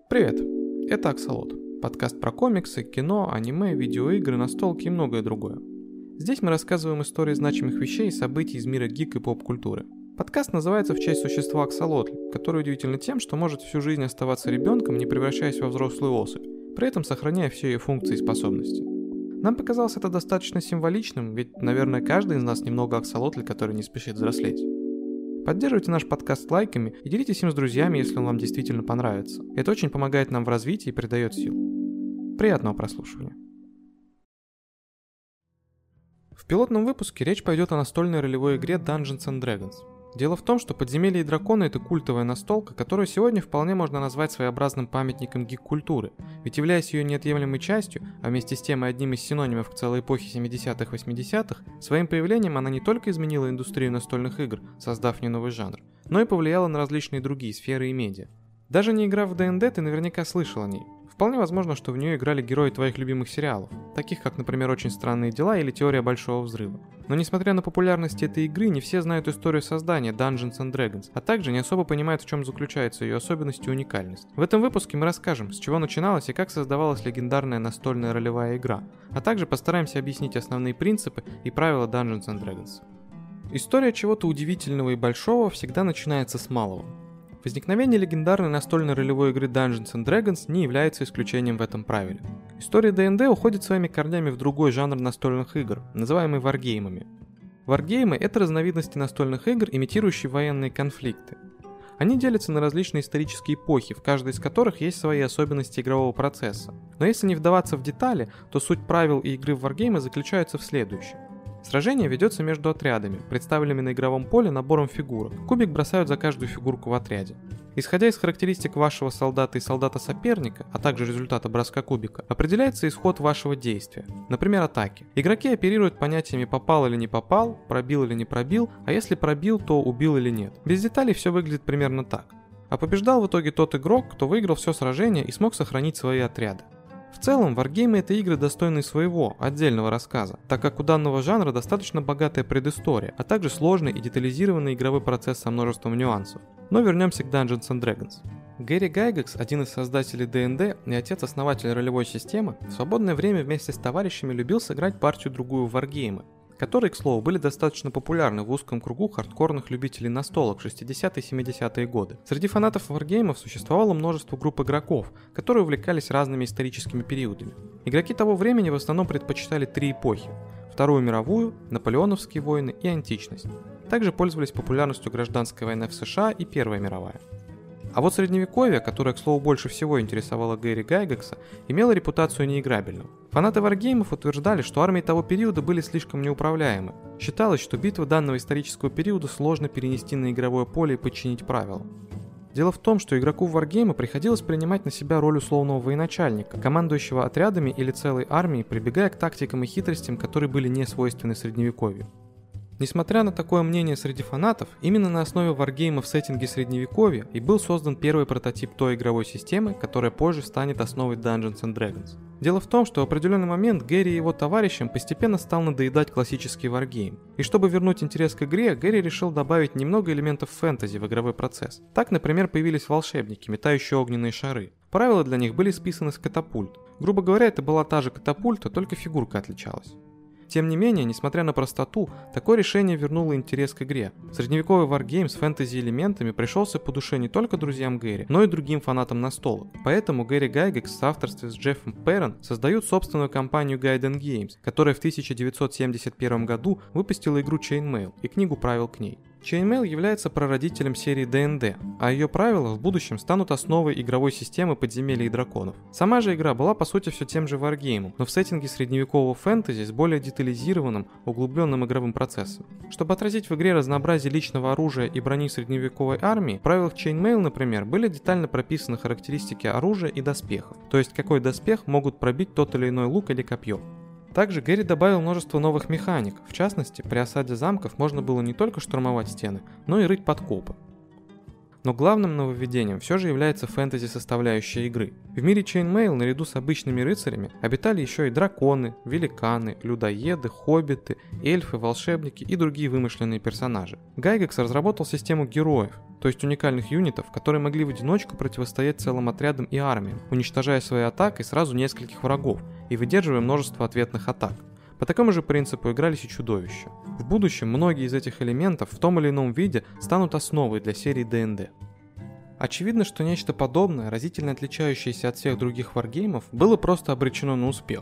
Привет, это Аксолот, подкаст про комиксы, кино, аниме, видеоигры, настолки и многое другое. Здесь мы рассказываем истории значимых вещей и событий из мира гик и поп-культуры. Подкаст называется в честь существа Аксолотл, который удивительно тем, что может всю жизнь оставаться ребенком, не превращаясь во взрослую особь, при этом сохраняя все ее функции и способности. Нам показалось это достаточно символичным, ведь, наверное, каждый из нас немного Аксолотль, который не спешит взрослеть. Поддерживайте наш подкаст лайками и делитесь им с друзьями, если он вам действительно понравится. Это очень помогает нам в развитии и придает сил. Приятного прослушивания. В пилотном выпуске речь пойдет о настольной ролевой игре Dungeons & Dragons. Дело в том, что «Подземелья и драконы» — это культовая настолка, которую сегодня вполне можно назвать своеобразным памятником гик-культуры, ведь являясь ее неотъемлемой частью, а вместе с тем и одним из синонимов к целой эпохе 70-х-80-х, своим появлением она не только изменила индустрию настольных игр, создав в ней новый жанр, но и повлияла на различные другие сферы и медиа. Даже не играв в D&D, ты наверняка слышал о ней. Вполне возможно, что в нее играли герои твоих любимых сериалов, таких как, например, «Очень странные дела» или «Теория большого взрыва». Но несмотря на популярность этой игры, не все знают историю создания Dungeons & Dragons, а также не особо понимают, в чем заключается ее особенность и уникальность. В этом выпуске мы расскажем, с чего начиналась и как создавалась легендарная настольная ролевая игра, а также постараемся объяснить основные принципы и правила Dungeons & Dragons. История чего-то удивительного и большого всегда начинается с малого. Возникновение легендарной настольной ролевой игры Dungeons & Dragons не является исключением в этом правиле. История D&D уходит своими корнями в другой жанр настольных игр, называемый варгеймами. Варгеймы — это разновидности настольных игр, имитирующие военные конфликты. Они делятся на различные исторические эпохи, в каждой из которых есть свои особенности игрового процесса. Но если не вдаваться в детали, то суть правил и игры в варгеймы заключается в следующем. Сражение ведется между отрядами, представленными на игровом поле набором фигурок. Кубик бросают за каждую фигурку в отряде. Исходя из характеристик вашего солдата и солдата соперника, а также результата броска кубика, определяется исход вашего действия, например, атаки. Игроки оперируют понятиями «попал или не попал», «пробил или не пробил», а если пробил, то убил или нет. Без деталей все выглядит примерно так. А побеждал в итоге тот игрок, кто выиграл все сражение и смог сохранить свои отряды. В целом, варгеймы — это игры, достойные своего, отдельного рассказа, так как у данного жанра достаточно богатая предыстория, а также сложный и детализированный игровой процесс со множеством нюансов. Но вернемся к Dungeons & Dragons. Гэри Гайгекс, один из создателей D&D и отец-основатель ролевой системы, в свободное время вместе с товарищами любил сыграть партию-другую в варгеймы, которые, к слову, были достаточно популярны в узком кругу хардкорных любителей настолок в 60-е и 70-е годы. Среди фанатов варгеймов существовало множество групп игроков, которые увлекались разными историческими периодами. Игроки того времени в основном предпочитали три эпохи – Вторую мировую, Наполеоновские войны и античность. Также пользовались популярностью гражданская война в США и Первая мировая. А вот средневековье, которое, к слову, больше всего интересовало Гэри Гайгекса, имело репутацию неиграбельного. Фанаты варгеймов утверждали, что армии того периода были слишком неуправляемы. Считалось, что битвы данного исторического периода сложно перенести на игровое поле и подчинить правилам. Дело в том, что игроку в варгеймы приходилось принимать на себя роль условного военачальника, командующего отрядами или целой армией, прибегая к тактикам и хитростям, которые были не свойственны средневековью. Несмотря на такое мнение среди фанатов, именно на основе варгейма в сеттинге средневековья и был создан первый прототип той игровой системы, которая позже станет основой Dungeons & Dragons. Дело в том, что в определенный момент Гэри и его товарищам постепенно стал надоедать классический варгейм. И чтобы вернуть интерес к игре, Гэри решил добавить немного элементов фэнтези в игровой процесс. Так, например, появились волшебники, метающие огненные шары. Правила для них были списаны с катапульт. Грубо говоря, это была та же катапульта, только фигурка отличалась. Тем не менее, несмотря на простоту, такое решение вернуло интерес к игре. Средневековый варгейм с фэнтези-элементами пришелся по душе не только друзьям Гэри, но и другим фанатам настолок. Поэтому Гэри Гайгекс в соавторстве с Джеффом Перрон создают собственную компанию Gaiden Games, которая в 1971 году выпустила игру Chainmail и книгу правил к ней. Chainmail является прародителем серии D&D, а ее правила в будущем станут основой игровой системы «Подземелья и драконов». Сама же игра была по сути все тем же варгеймом, но в сеттинге средневекового фэнтези с более детализированным, углубленным игровым процессом. Чтобы отразить в игре разнообразие личного оружия и брони средневековой армии, в правилах Chainmail, например, были детально прописаны характеристики оружия и доспехов, то есть какой доспех могут пробить тот или иной лук или копье. Также Гэри добавил множество новых механик, в частности, при осаде замков можно было не только штурмовать стены, но и рыть подкопы. Но главным нововведением все же является фэнтези-составляющая игры. В мире Chainmail наряду с обычными рыцарями обитали еще и драконы, великаны, людоеды, хоббиты, эльфы, волшебники и другие вымышленные персонажи. Gygax разработал систему героев, то есть уникальных юнитов, которые могли в одиночку противостоять целым отрядам и армиям, уничтожая своей атакой сразу нескольких врагов и выдерживая множество ответных атак. По такому же принципу игрались и чудовища. В будущем многие из этих элементов в том или ином виде станут основой для серии D&D. Очевидно, что нечто подобное, разительно отличающееся от всех других варгеймов, было просто обречено на успех.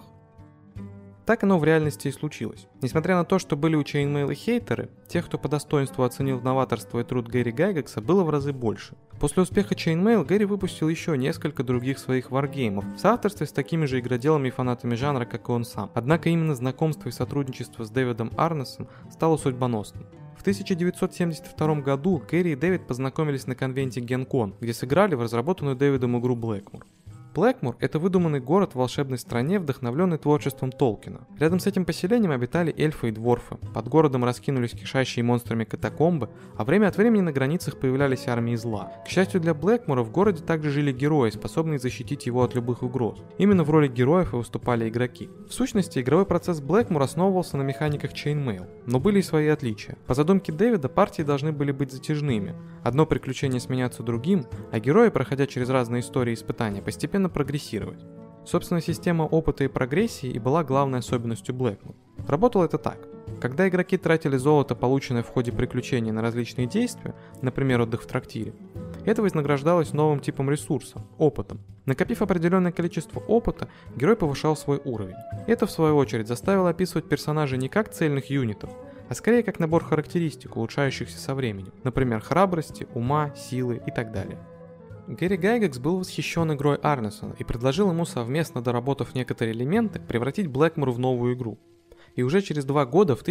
Так оно в реальности и случилось. Несмотря на то, что были у Chainmail и хейтеры, тех, кто по достоинству оценил новаторство и труд Гэри Гайгакса, было в разы больше. После успеха Chainmail Гэри выпустил еще несколько других своих варгеймов в соавторстве с такими же игроделами и фанатами жанра, как и он сам. Однако именно знакомство и сотрудничество с Дэвидом Арнесом стало судьбоносным. В 1972 году Гэри и Дэвид познакомились на конвенте GenCon, где сыграли в разработанную Дэвидом игру Блэкмор. Блэкмор – это выдуманный город в волшебной стране, вдохновленный творчеством Толкина. Рядом с этим поселением обитали эльфы и дворфы, под городом раскинулись кишащие монстрами катакомбы, а время от времени на границах появлялись армии зла. К счастью для Блэкмора, в городе также жили герои, способные защитить его от любых угроз. Именно в роли героев и выступали игроки. В сущности, игровой процесс Блэкмор основывался на механиках Chainmail, но были и свои отличия. По задумке Дэвида, партии должны были быть затяжными. Одно приключение сменяться другим, а герои, проходя через разные истории и испытания, постепенно прогрессировать. Собственно, система опыта и прогрессии и была главной особенностью Blackmoor. Работало это так. Когда игроки тратили золото, полученное в ходе приключений, на различные действия, например, отдых в трактире, это вознаграждалось новым типом ресурса – опытом. Накопив определенное количество опыта, герой повышал свой уровень. Это, в свою очередь, заставило описывать персонажей не как цельных юнитов, а скорее как набор характеристик, улучшающихся со временем, например, храбрости, ума, силы и так далее. Гэри Гайгакс был восхищен игрой Арнесона и предложил ему, совместно доработав некоторые элементы, превратить Блэкмор в новую игру. И уже через 2 года, в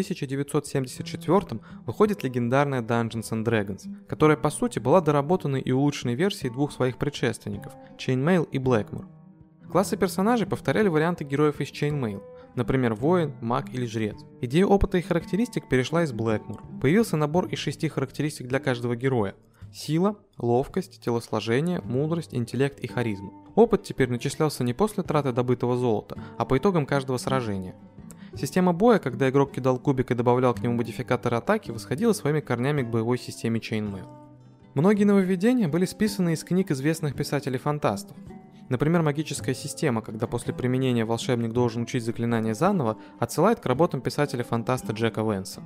1974 выходит легендарная Dungeons and Dragons, которая по сути была доработанной и улучшенной версией двух своих предшественников – Chainmail и Blackmoor. Классы персонажей повторяли варианты героев из Chainmail, например, воин, маг или жрец. Идея опыта и характеристик перешла из Blackmoor. Появился набор из 6 характеристик для каждого героя – сила, ловкость, телосложение, мудрость, интеллект и харизма. Опыт теперь начислялся не после траты добытого золота, а по итогам каждого сражения. Система боя, когда игрок кидал кубик и добавлял к нему модификаторы атаки, восходила своими корнями к боевой системе Chainmail. Многие нововведения были списаны из книг известных писателей-фантастов. Например, магическая система, когда после применения волшебник должен учить заклинание заново, отсылает к работам писателя-фантаста Джека Венса.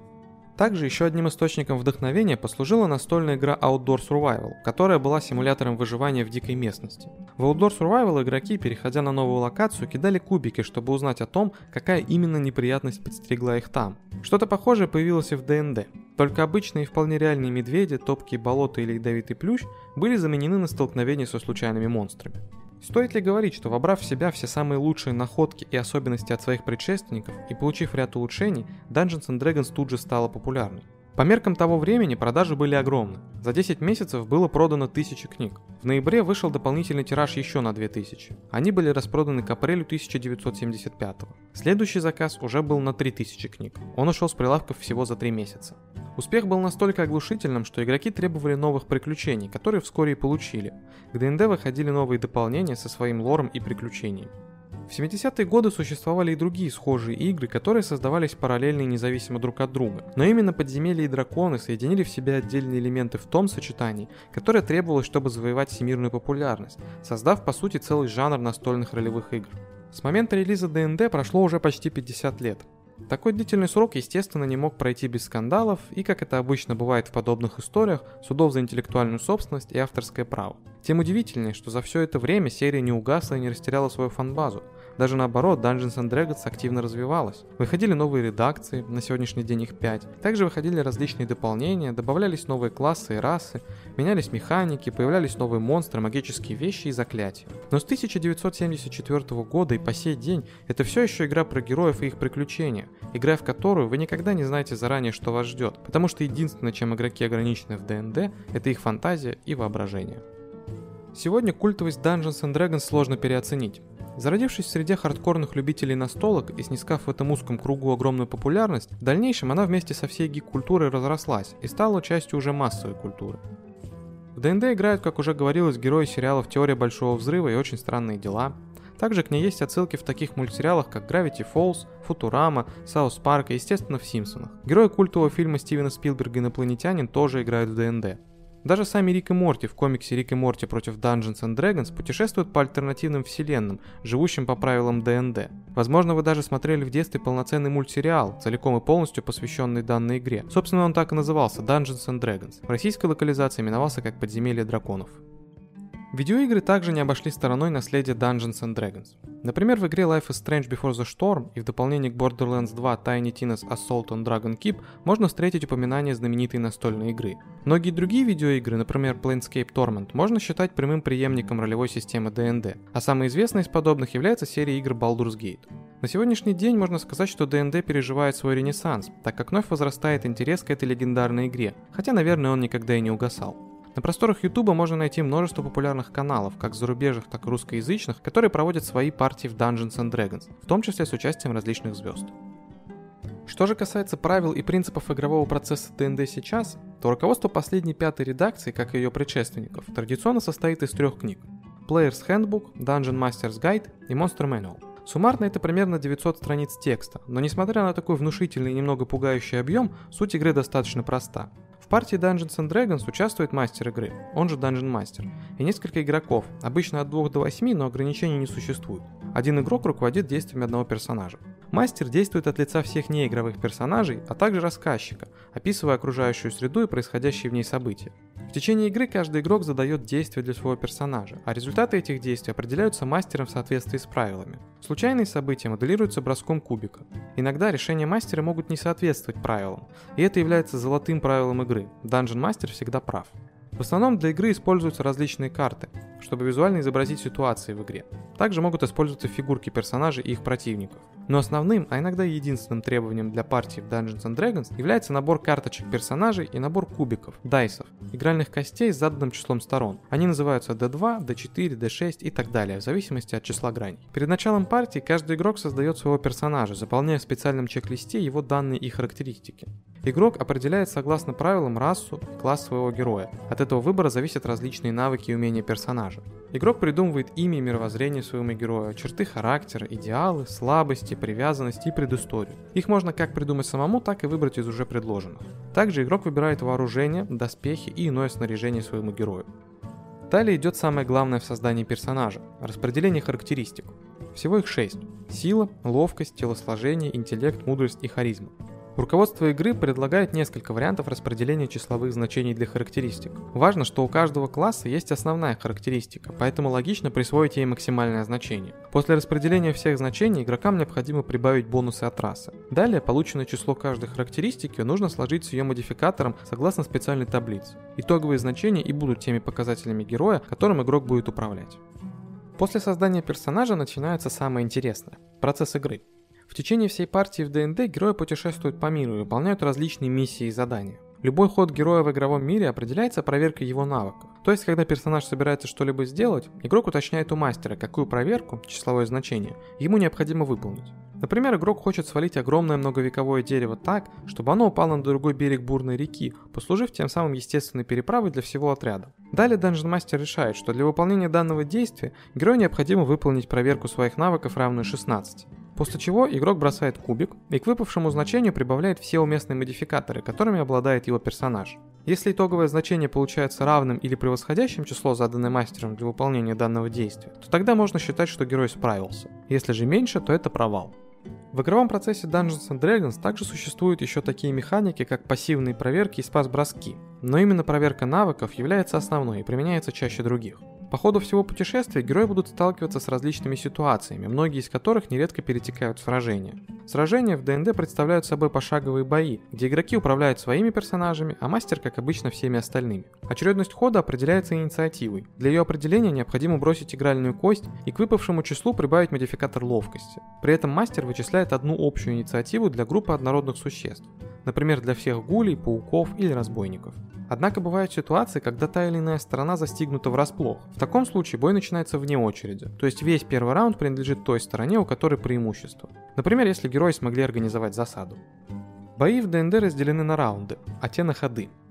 Также еще одним источником вдохновения послужила настольная игра Outdoor Survival, которая была симулятором выживания в дикой местности. В Outdoor Survival игроки, переходя на новую локацию, кидали кубики, чтобы узнать о том, какая именно неприятность подстерегла их там. Что-то похожее появилось и в D&D. Только обычные и вполне реальные медведи, топкие болота или ядовитый плющ были заменены на столкновение со случайными монстрами. Стоит ли говорить, что вобрав в себя все самые лучшие находки и особенности от своих предшественников и получив ряд улучшений, Dungeons and Dragons тут же стала популярной. По меркам того времени продажи были огромны. За 10 месяцев было продано 1000 книг. В ноябре вышел дополнительный тираж еще на 2000. Они были распроданы к апрелю 1975. Следующий заказ уже был на 3000 книг. Он ушел с прилавков всего за 3 месяца. Успех был настолько оглушительным, что игроки требовали новых приключений, которые вскоре и получили. К D&D выходили новые дополнения со своим лором и приключениями. В 70-е годы существовали и другие схожие игры, которые создавались параллельно и независимо друг от друга. Но именно подземелья и драконы соединили в себе отдельные элементы в том сочетании, которое требовалось, чтобы завоевать всемирную популярность, создав по сути целый жанр настольных ролевых игр. С момента релиза D&D прошло уже почти 50 лет. Такой длительный срок, естественно, не мог пройти без скандалов и, как это обычно бывает в подобных историях, судов за интеллектуальную собственность и авторское право. Тем удивительнее, что за все это время серия не угасла и не растеряла свою фан-базу. Даже наоборот, Dungeons and Dragons активно развивалась. Выходили новые редакции, на сегодняшний день их 5. Также выходили различные дополнения, добавлялись новые классы и расы, менялись механики, появлялись новые монстры, магические вещи и заклятия. Но с 1974 года и по сей день это все еще игра про героев и их приключения, игра в которую вы никогда не знаете заранее, что вас ждет, потому что единственное, чем игроки ограничены в D&D, это их фантазия и воображение. Сегодня культовость Dungeons and Dragons сложно переоценить. Зародившись в среде хардкорных любителей настолок и снискав в этом узком кругу огромную популярность, в дальнейшем она вместе со всей гик-культурой разрослась и стала частью уже массовой культуры. В ДНД играют, как уже говорилось, герои сериалов «Теория Большого Взрыва» и «Очень странные дела». Также к ней есть отсылки в таких мультсериалах, как Gravity Falls, Футурама, Саус Парк и, естественно, в Симпсонах. Герои культового фильма Стивена Спилберга «Инопланетянин» тоже играют в ДНД. Даже сами Рик и Морти в комиксе «Рик и Морти против Dungeons and Dragons» путешествуют по альтернативным вселенным, живущим по правилам ДНД. Возможно, вы даже смотрели в детстве полноценный мультсериал, целиком и полностью посвященный данной игре. Собственно, он так и назывался – Dungeons and Dragons. В российской локализации именовался как «Подземелье драконов». Видеоигры также не обошли стороной наследие Dungeons and Dragons. Например, в игре Life is Strange Before the Storm и в дополнении к Borderlands 2 Tiny Tina's Assault on Dragon Keep можно встретить упоминание знаменитой настольной игры. Многие другие видеоигры, например Planescape Torment, можно считать прямым преемником ролевой системы D&D, а самой известной из подобных является серия игр Baldur's Gate. На сегодняшний день можно сказать, что D&D переживает свой ренессанс, так как вновь возрастает интерес к этой легендарной игре, хотя, наверное, он никогда и не угасал. На просторах Ютуба можно найти множество популярных каналов, как зарубежных, так и русскоязычных, которые проводят свои партии в Dungeons and Dragons, в том числе с участием различных звезд. Что же касается правил и принципов игрового процесса D&D сейчас, то руководство последней пятой редакции, как и ее предшественников, традиционно состоит из 3 книг: Player's Handbook, Dungeon Master's Guide и Monster Manual. Суммарно это примерно 900 страниц текста, но несмотря на такой внушительный и немного пугающий объем, суть игры достаточно проста. В партии Dungeons and Dragons участвует мастер игры, он же Dungeon Master, и несколько игроков, обычно от 2 до 8, но ограничений не существует. Один игрок руководит действиями одного персонажа. Мастер действует от лица всех неигровых персонажей, а также рассказчика, описывая окружающую среду и происходящие в ней события. В течение игры каждый игрок задает действия для своего персонажа, а результаты этих действий определяются мастером в соответствии с правилами. Случайные события моделируются броском кубика. Иногда решения мастера могут не соответствовать правилам, и это является золотым правилом игры. Dungeon Master всегда прав. В основном для игры используются различные карты, чтобы визуально изобразить ситуации в игре. Также могут использоваться фигурки персонажей и их противников. Но основным, а иногда и единственным требованием для партии в Dungeons and Dragons является набор карточек персонажей и набор кубиков, дайсов, игральных костей с заданным числом сторон. Они называются D2, D4, D6 и так далее, в зависимости от числа граней. Перед началом партии каждый игрок создает своего персонажа, заполняя в специальном чек-листе его данные и характеристики. Игрок определяет согласно правилам расу и класс своего героя. От этого выбора зависят различные навыки и умения персонажа. Игрок придумывает имя и мировоззрение своему герою, черты характера, идеалы, слабости, привязанности и предысторию. Их можно как придумать самому, так и выбрать из уже предложенных. Также игрок выбирает вооружение, доспехи и иное снаряжение своему герою. Далее идет самое главное в создании персонажа – распределение характеристик. Всего их 6 – сила, ловкость, телосложение, интеллект, мудрость и харизма. Руководство игры предлагает несколько вариантов распределения числовых значений для характеристик. Важно, что у каждого класса есть основная характеристика, поэтому логично присвоить ей максимальное значение. После распределения всех значений игрокам необходимо прибавить бонусы от расы. Далее полученное число каждой характеристики нужно сложить с ее модификатором согласно специальной таблице. Итоговые значения и будут теми показателями героя, которым игрок будет управлять. После создания персонажа начинается самое интересное – процесс игры. В течение всей партии в D&D герои путешествуют по миру и выполняют различные миссии и задания. Любой ход героя в игровом мире определяется проверкой его навыков. То есть, когда персонаж собирается что-либо сделать, игрок уточняет у мастера, какую проверку, числовое значение, ему необходимо выполнить. Например, игрок хочет свалить огромное многовековое дерево так, чтобы оно упало на другой берег бурной реки, послужив тем самым естественной переправой для всего отряда. Далее Dungeon Master решает, что для выполнения данного действия герою необходимо выполнить проверку своих навыков, равную 16. После чего игрок бросает кубик и к выпавшему значению прибавляет все уместные модификаторы, которыми обладает его персонаж. Если итоговое значение получается равным или превосходящим число, заданное мастером для выполнения данного действия, то тогда можно считать, что герой справился. Если же меньше, то это провал. В игровом процессе Dungeons and Dragons также существуют еще такие механики, как пассивные проверки и спас-броски, но именно проверка навыков является основной и применяется чаще других. По ходу всего путешествия герои будут сталкиваться с различными ситуациями, многие из которых нередко перетекают в сражения. Сражения в D&D представляют собой пошаговые бои, где игроки управляют своими персонажами, а мастер, как обычно, всеми остальными. Очередность хода определяется инициативой. Для ее определения необходимо бросить игральную кость и к выпавшему числу прибавить модификатор ловкости. При этом мастер вычисляет одну общую инициативу для группы однородных существ, например, для всех гулей, пауков или разбойников. Однако бывают ситуации, когда та или иная сторона застигнута врасплох. В таком случае бой начинается вне очереди, то есть весь первый раунд принадлежит той стороне, у которой преимущество. Например, если герои смогли организовать засаду. Бои в D&D разделены на раунды, а те на ходы.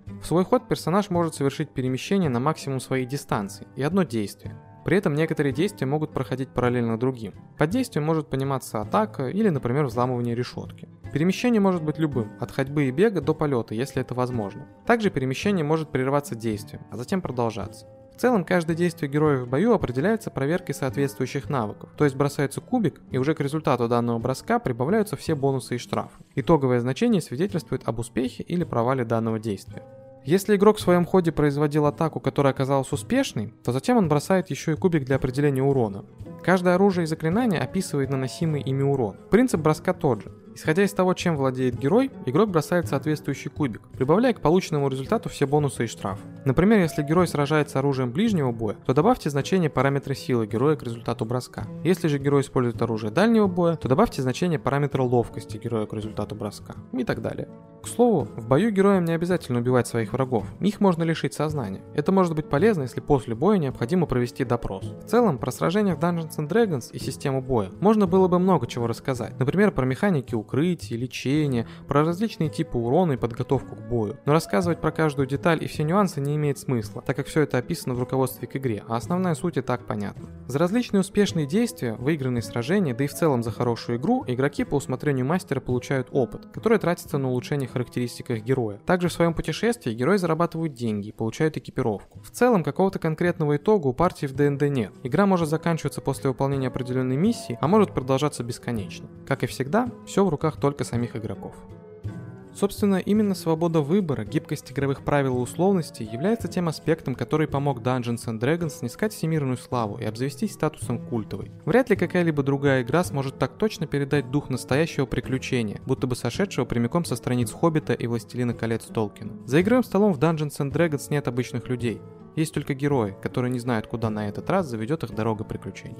В свой ход персонаж может совершить перемещение на максимум своей дистанции и одно действие. При этом некоторые действия могут проходить параллельно другим. Под действием может пониматься атака или, например, взламывание решетки. Перемещение может быть любым, от ходьбы и бега до полета, если это возможно. Также перемещение может прерываться действием, а затем продолжаться. В целом, каждое действие героя в бою определяется проверкой соответствующих навыков, то есть бросается кубик, и уже к результату данного броска прибавляются все бонусы и штрафы. Итоговое значение свидетельствует об успехе или провале данного действия. Если игрок в своем ходе производил атаку, которая оказалась успешной, то затем он бросает еще и кубик для определения урона. Каждое оружие и заклинание описывает наносимый ими урон. Принцип броска тот же. Исходя из того, чем владеет герой, игрок бросает соответствующий кубик, прибавляя к полученному результату все бонусы и штрафы. Например, если герой сражается оружием ближнего боя, то добавьте значение параметра силы героя к результату броска. Если же герой использует оружие дальнего боя, то добавьте значение параметра ловкости героя к результату броска. И так далее. К слову, в бою героям не обязательно убивать своих врагов, их можно лишить сознания. Это может быть полезно, если после боя необходимо провести допрос. В целом, про сражения в Dungeons and Dragons и систему боя можно было бы много чего рассказать. Например, про механики укрытия, лечения, про различные типы урона и подготовку к бою. Но рассказывать про каждую деталь и все нюансы не имеет смысла, так как все это описано в руководстве к игре, а основная суть и так понятна. За различные успешные действия, выигранные сражения, да и в целом за хорошую игру, игроки по усмотрению мастера получают опыт, который тратится на улучшение характеристиках героя. Также в своем путешествии герои зарабатывают деньги и получают экипировку. В целом, какого-то конкретного итога у партии в D&D нет. Игра может заканчиваться после выполнения определенной миссии, а может продолжаться бесконечно. Как и всегда, все в руках только самих игроков. Собственно, именно свобода выбора, гибкость игровых правил и условностей является тем аспектом, который помог Dungeons and Dragons снискать всемирную славу и обзавестись статусом культовой. Вряд ли какая-либо другая игра сможет так точно передать дух настоящего приключения, будто бы сошедшего прямиком со страниц Хоббита и Властелина колец Толкина. За игровым столом в Dungeons and Dragons нет обычных людей. Есть только герои, которые не знают, куда на этот раз заведет их дорога приключений.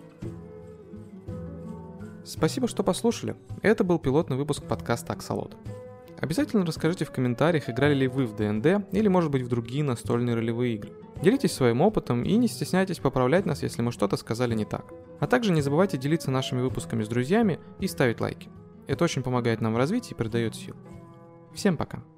Спасибо, что послушали. Это был пилотный выпуск подкаста Аксолот. Обязательно расскажите в комментариях, играли ли вы в D&D или, может быть, в другие настольные ролевые игры. Делитесь своим опытом и не стесняйтесь поправлять нас, если мы что-то сказали не так. А также не забывайте делиться нашими выпусками с друзьями и ставить лайки. Это очень помогает нам в развитии и придает сил. Всем пока!